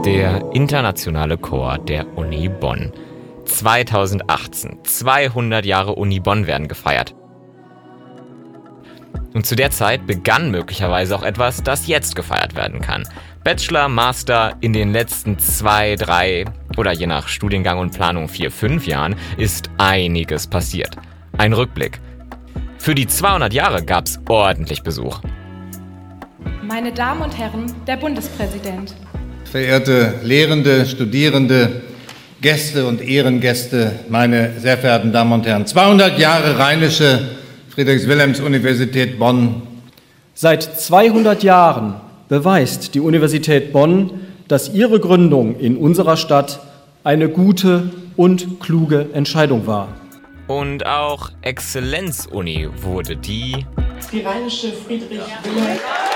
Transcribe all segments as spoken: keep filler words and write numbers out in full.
der internationale Chor der Uni Bonn. zweitausendachtzehn, zweihundert Jahre Uni Bonn werden gefeiert. Und zu der Zeit begann möglicherweise auch etwas, das jetzt gefeiert werden kann. Bachelor, Master in den letzten zwei, drei oder je nach Studiengang und Planung vier, fünf Jahren ist einiges passiert. Ein Rückblick. Für die zweihundert Jahre gab's ordentlich Besuch. Meine Damen und Herren, der Bundespräsident. Verehrte Lehrende, Studierende, Gäste und Ehrengäste, meine sehr verehrten Damen und Herren. zweihundert Jahre Rheinische Friedrich-Wilhelms-Universität Bonn. Seit zweihundert Jahren beweist die Universität Bonn, dass ihre Gründung in unserer Stadt eine gute und kluge Entscheidung war. Und auch Exzellenz-Uni wurde die... Die Rheinische Friedrich-Wilhelm...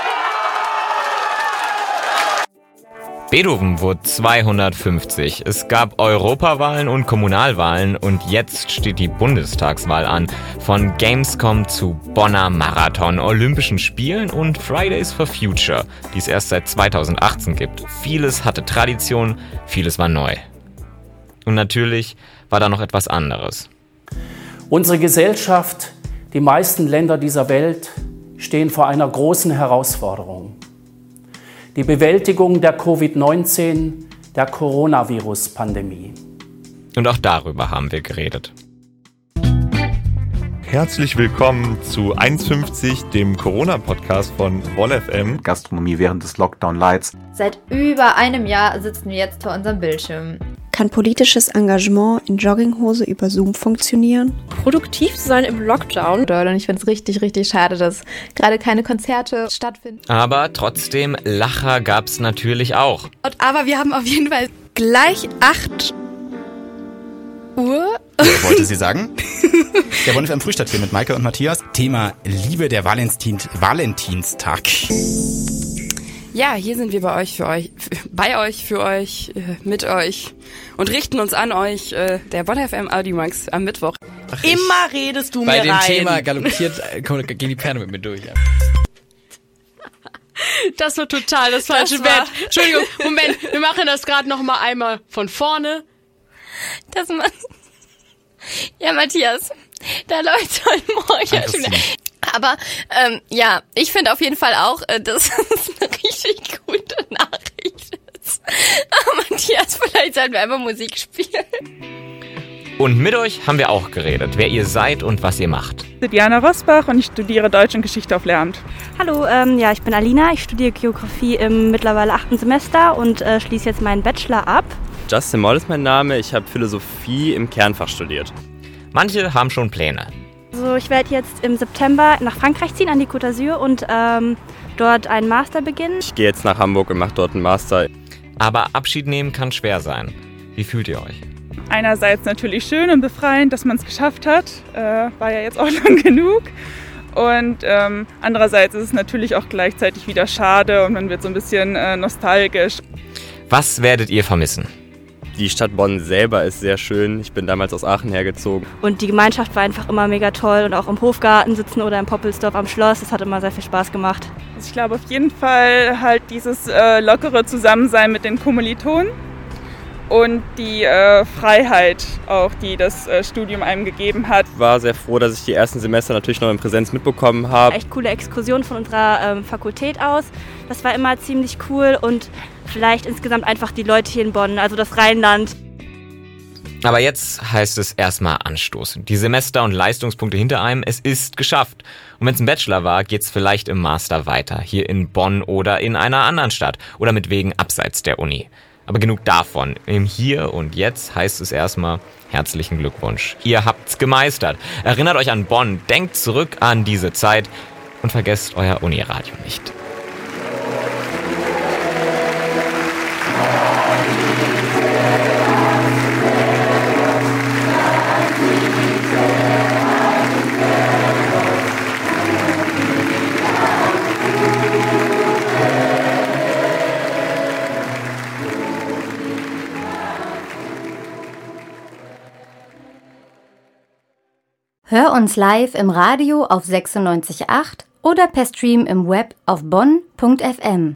Beethoven wurde zweihundertfünfzig. Es gab Europawahlen und Kommunalwahlen und jetzt steht die Bundestagswahl an. Von Gamescom zu Bonner Marathon, Olympischen Spielen und Fridays for Future, die es erst seit zweitausendachtzehn gibt. Vieles hatte Tradition, vieles war neu. Und natürlich war da noch etwas anderes. Unsere Gesellschaft, die meisten Länder dieser Welt stehen vor einer großen Herausforderung. Die Bewältigung der Covid neunzehn, der Coronavirus-Pandemie. Und auch darüber haben wir geredet. Herzlich willkommen zu eins fünfzig, dem Corona-Podcast von Woll F M. Gastronomie während des Lockdown-Lights. Seit über einem Jahr sitzen wir jetzt vor unserem Bildschirm. Kann politisches Engagement in Jogginghose über Zoom funktionieren? Produktiv zu sein im Lockdown. Und ich finde es richtig, richtig schade, dass gerade keine Konzerte stattfinden. Aber trotzdem, Lacher gab es natürlich auch. Aber wir haben auf jeden Fall gleich acht Uhr. Was wollte sie sagen? Der Woll F M Frühstart hier mit Maike und Matthias. Thema Liebe, der Valentin, Valentinstag. Ja, hier sind wir bei euch, für euch, bei euch, für euch, mit euch und richten uns an euch, der Woll F M Audimax am Mittwoch. Ach, immer redest du mir rein. Bei dem Thema galoppiert, gehen die Pferde mit mir durch. Ja. Das war total das falsche Bett. Entschuldigung, Moment, wir machen das gerade noch mal einmal von vorne. Das man ja, Matthias, da läuft's heute Morgen ja schon wieder. Aber ähm, ja, ich finde auf jeden Fall auch, äh, dass es eine richtig gute Nachricht ist. Aber Matthias, vielleicht sollten wir einfach Musik spielen. Und mit euch haben wir auch geredet, wer ihr seid und was ihr macht. Ich bin Diana Rosbach und ich studiere Deutsch und Geschichte auf Lehramt. Hallo, ähm, ja, ich bin Alina, ich studiere Geografie im mittlerweile achten Semester und äh, schließe jetzt meinen Bachelor ab. Justin Moll ist mein Name, ich habe Philosophie im Kernfach studiert. Manche haben schon Pläne. Also ich werde jetzt im September nach Frankreich ziehen, an die Côte d'Azur und ähm, dort einen Master beginnen. Ich gehe jetzt nach Hamburg und mache dort einen Master. Aber Abschied nehmen kann schwer sein. Wie fühlt ihr euch? Einerseits natürlich schön und befreiend, dass man es geschafft hat. Äh, war ja jetzt auch lang genug. Und ähm, andererseits ist es natürlich auch gleichzeitig wieder schade und man wird so ein bisschen äh, nostalgisch. Was werdet ihr vermissen? Die Stadt Bonn selber ist sehr schön. Ich bin damals aus Aachen hergezogen. Und die Gemeinschaft war einfach immer mega toll. Und auch im Hofgarten sitzen oder im Poppelsdorf am Schloss. Das hat immer sehr viel Spaß gemacht. Also ich glaube auf jeden Fall halt dieses äh, lockere Zusammensein mit den Kommilitonen. Und die äh, Freiheit auch, die das äh, Studium einem gegeben hat. Ich war sehr froh, dass ich die ersten Semester natürlich noch in Präsenz mitbekommen habe. Echt coole Exkursion von unserer ähm, Fakultät aus. Das war immer ziemlich cool und vielleicht insgesamt einfach die Leute hier in Bonn, also das Rheinland. Aber jetzt heißt es erstmal anstoßen. Die Semester- und Leistungspunkte hinter einem, es ist geschafft. Und wenn es ein Bachelor war, geht's vielleicht im Master weiter. Hier in Bonn oder in einer anderen Stadt. Oder mit wegen abseits der Uni. Aber genug davon. Im Hier und Jetzt heißt es erstmal herzlichen Glückwunsch. Ihr habt's gemeistert. Erinnert euch an Bonn, denkt zurück an diese Zeit und vergesst euer Uniradio nicht. Hör uns live im Radio auf sechsundneunzig Komma acht oder per Stream im Web auf bonn punkt f m.